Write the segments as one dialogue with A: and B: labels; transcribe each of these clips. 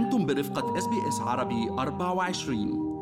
A: أنتم برفقة SBS عربي 24.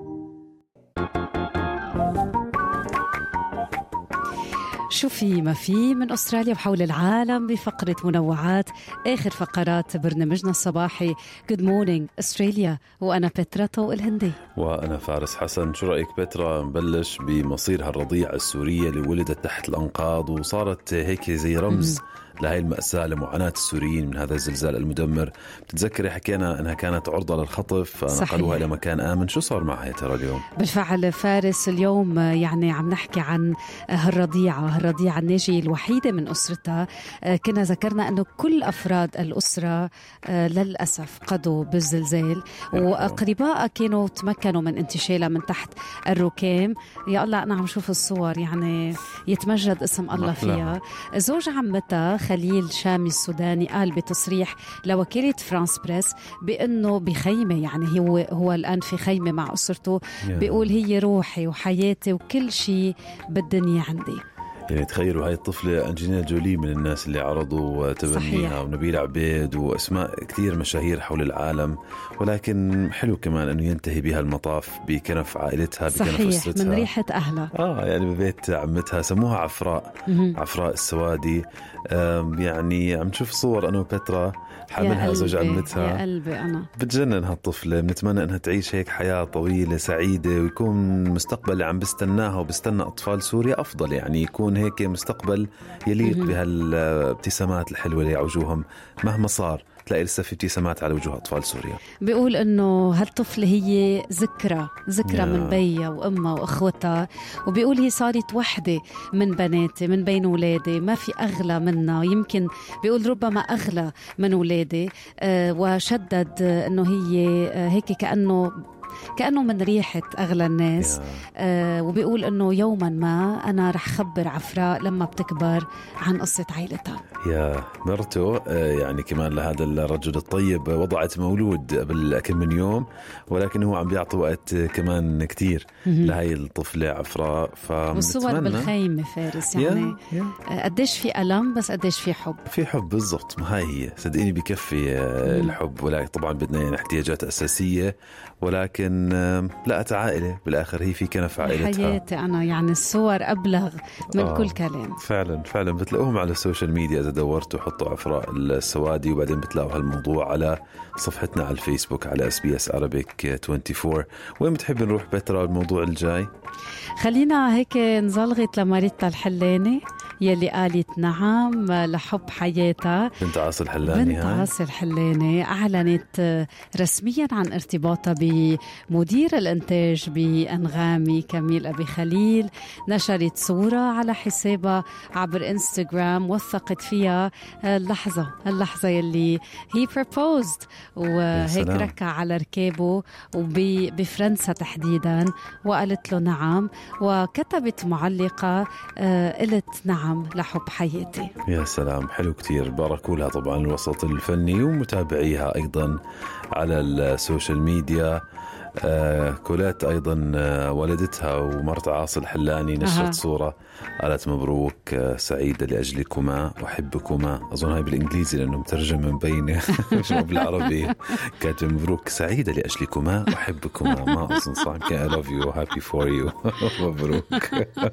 B: شو في ما في من أستراليا وحول العالم بفقرة منوعات آخر فقرات برنامجنا الصباحي Good Morning أستراليا. وأنا بترا طوق الهندي
C: وأنا فارس حسن. شو رأيك بترا نبلش بمصير هالرضيعة السورية اللي ولدت تحت الأنقاض وصارت هيك زي رمز لهي المأساة لمعاناة السوريين من هذا الزلزال المدمر؟ بتتذكري حكينا أنها كانت عرضة للخطف فنقلوها إلى مكان آمن. شو صار معها يا ترى اليوم؟
B: بالفعل فارس اليوم يعني عم نحكي عن هالرضيعة الناجية الوحيدة من أسرتها. كنا ذكرنا أنه كل أفراد الأسرة للأسف قضوا بالزلزال وأقرباء كانوا تمكنوا من انتشالها من تحت الركام. يا الله أنا عم شوف الصور يعني يتمجد اسم الله فيها. زوج عمتها خليل شامي السوداني قال بتصريح لوكالة فرانس بريس بأنه بخيمة، يعني هو الآن في خيمة مع أسرته. بيقول هي روحي وحياتي وكل شيء بالدنيا عندي.
C: يعني تخيلوا هاي الطفلة أنجلينا جولي من الناس اللي عرضوا تبنيها، ونبيل عبيد وأسماء كثير مشاهير حول العالم، ولكن حلو كمان أنه ينتهي بها المطاف بكنف عائلتها، بكنف أسرتها،
B: من ريحة أهلها.
C: يعني ببيت عمتها. سموها عفراء السوادي. يعني عم نشوف صور أنا وبترا حاملها زوج عمتها.
B: يا قلبي أنا
C: بتجنن هالطفلة. بنتمنى أنها تعيش هيك حياة طويلة سعيدة ويكون مستقبل اللي عم بستناها وبستنى أطفال سوريا أفضل، يعني يكون هيك مستقبل يليق بهالابتسامات الحلوة اللي على وجوههم. مهما صار تلاقي لسه في ابتسامات على وجوه أطفال سوريا.
B: بيقول إنه هالطفلة هي ذكرى من بيها وأمها وأخوتها، وبيقول هي صارت وحدة من بناتي من بين أولادي، ما في أغلى منها، يمكن بيقول ربما أغلى من أولادي. وشدد إنه هي هيك كأنه من ريحة أغلى الناس. وبيقول أنه يوما ما أنا رح خبر عفراء لما بتكبر عن قصة عائلتها.
C: يا مرته يعني كمان لهذا الرجل الطيب وضعت مولود قبل كم من يوم، ولكن هو عم بيعطي وقت كمان كتير لهاي الطفلة عفراء.
B: والصور بالخيمة فارس يعني قديش في ألم بس قديش في حب.
C: في حب بالضبط. ما هي صدقيني بكفي الحب، ولكن طبعا بدنا يعني احتياجات أساسية، ولكن لقت عائلة بالآخر هي في كنف عائلتها.
B: حياتي أنا يعني الصور أبلغ من كل كلام.
C: فعلا بتلاقوهم على السوشيال ميديا إذا دورتوا حطوا عفراء السوادي، وبعدين بتلاقوا هالموضوع على صفحتنا على الفيسبوك على SBS Arabic 24. وين بتحب نروح بترا الموضوع الجاي؟
B: خلينا هيك نزلغط لماريتا الحلاني يلي قالت نعم لحب حياتها.
C: بنت عاصي الحلاني أعلنت رسميا عن ارتباطها بمدير الإنتاج بأنغامي كميل أبي خليل. نشرت صورة على حسابها عبر إنستغرام وثقت فيها اللحظة يلي هي proposed، وهيك ركع على ركابه وبفرنسا تحديدا وقالت له نعم، وكتبت معلقة قلت نعم لحب حياتي. يا سلام، حلو كتير. باركوا لها طبعا الوسط الفني ومتابعيها أيضا على السوشيال ميديا. كولات أيضا والدتها ومرت عاصي الحلاني نشرت صورة قالت مبروك سعيدة لأجلكما أحبكما. أظن هاي بالإنجليزي لأنه مترجم من بينه شو بالعربي. كانت مبروك سعيدة لأجلكما أحبكما. ما أظن صح كان I love you happy for you. مبروك.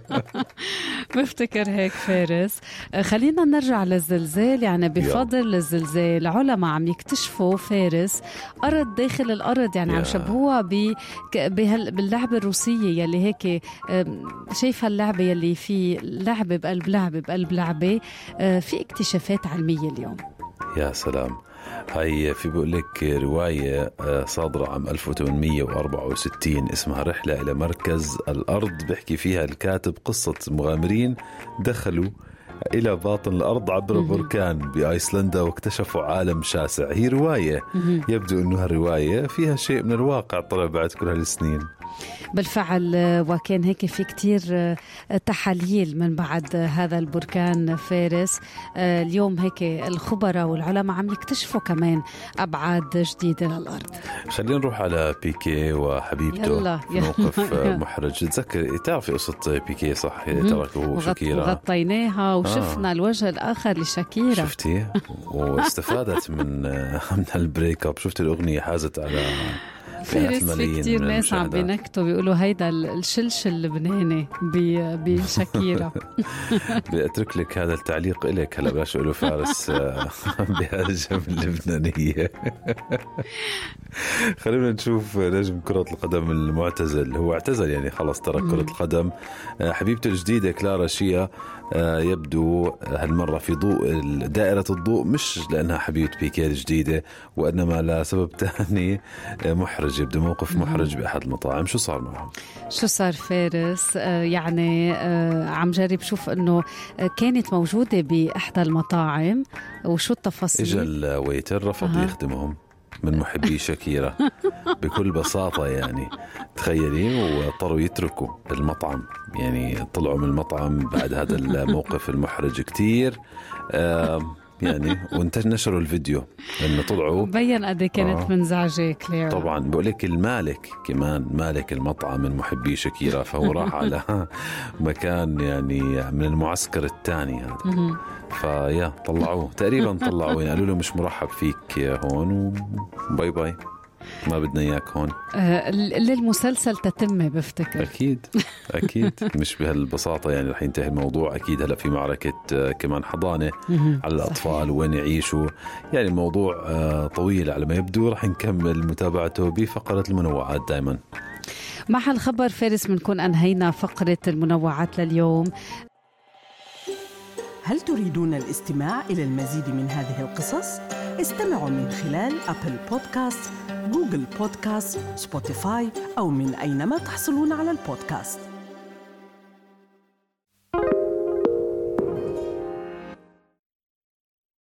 B: بفتكر هيك فارس. خلينا نرجع للزلزال. يعني بفضل الزلزال علماء عم يكتشفوا فارس أرض داخل الأرض، يعني عم شبهوها باللعبة الروسية يلي هيك شايفة اللعبة يلي في لعبة بقلب لعبة. في اكتشافات علمية اليوم.
C: يا سلام. هاي في بقول لك رواية صادرة عام 1864 اسمها رحلة إلى مركز الأرض. بيحكي فيها الكاتب قصة مغامرين دخلوا إلى باطن الأرض عبر بركان بأيسلندا واكتشفوا عالم شاسع. هي رواية يبدو أنها الرواية فيها شيء من الواقع طلع بعد كل هالسنين.
B: بالفعل، وكان هيك في كتير تحاليل من بعد هذا البركان فارس. اليوم هيك الخبراء والعلماء عم يكتشفوا كمان أبعاد جديدة للأرض.
D: خلينا نروح على بيكي وحبيبته في موقف محرج. تذكر تعرفي قصة بيكي صح؟ تركه شاكيرا
B: وغطيناها وشفنا الوجه الآخر لشاكيرا.
D: شفتي؟ واستفادت من البريك اب. شفت الأغنية حازت على
B: فارس. في كتير ناس عم بينكتوا بيقولوا هيدا الشلش اللبناني بشاكيرا.
D: بأترك لك هذا التعليق إليك هلا، بلاش أقوله فارس بهالجم اللبنانية. خلينا نشوف نجم كرة القدم المعتزل. هو اعتزل يعني خلص ترك كرة القدم. حبيبته الجديدة كلارا شيا يبدو هالمرة في ضوء دائرة الضوء، مش لأنها حبيبة بيكي الجديدة وإنما لسبب تاني محرج. يبدو موقف محرج بأحد المطاعم. شو صار معهم؟
B: شو صار فارس؟ يعني عم جرب شوف إنه كانت موجودة بإحدى المطاعم. وشو التفاصيل؟ إجا
D: الويتر رفض يخدمهم من محبي شاكيرا بكل بساطة يعني. تخيلي، واضطروا يتركوا المطعم. يعني طلعوا من المطعم بعد هذا الموقف المحرج كتير يعني. وانت نشروا الفيديو انه طلعوا
B: بين قد كانت منزعجة كلير.
D: طبعا بقولك المالك كمان، مالك المطعم من محبي شاكيرا، فهو راح على مكان يعني من المعسكر الثاني هذا. فيا طلعوه تقريبا، طلعوه يعني قالوا له مش مرحب فيك هون وباي باي، ما بدنا اياك هون.
B: للمسلسل تتمه بفتكر.
D: اكيد مش بهالبساطه يعني رح ينتهي الموضوع. اكيد هلا في معركه كمان حضانه على الاطفال وين يعيشوا. يعني الموضوع طويل على ما يبدو. رح نكمل متابعته بفقره المنوعات دائما.
B: مع هالخبر فارس بنكون انهينا فقره المنوعات لليوم.
E: هل تريدون الاستماع إلى المزيد من هذه القصص؟ استمعوا من خلال أبل بودكاست، جوجل بودكاست، سبوتيفاي أو من أينما تحصلون على البودكاست.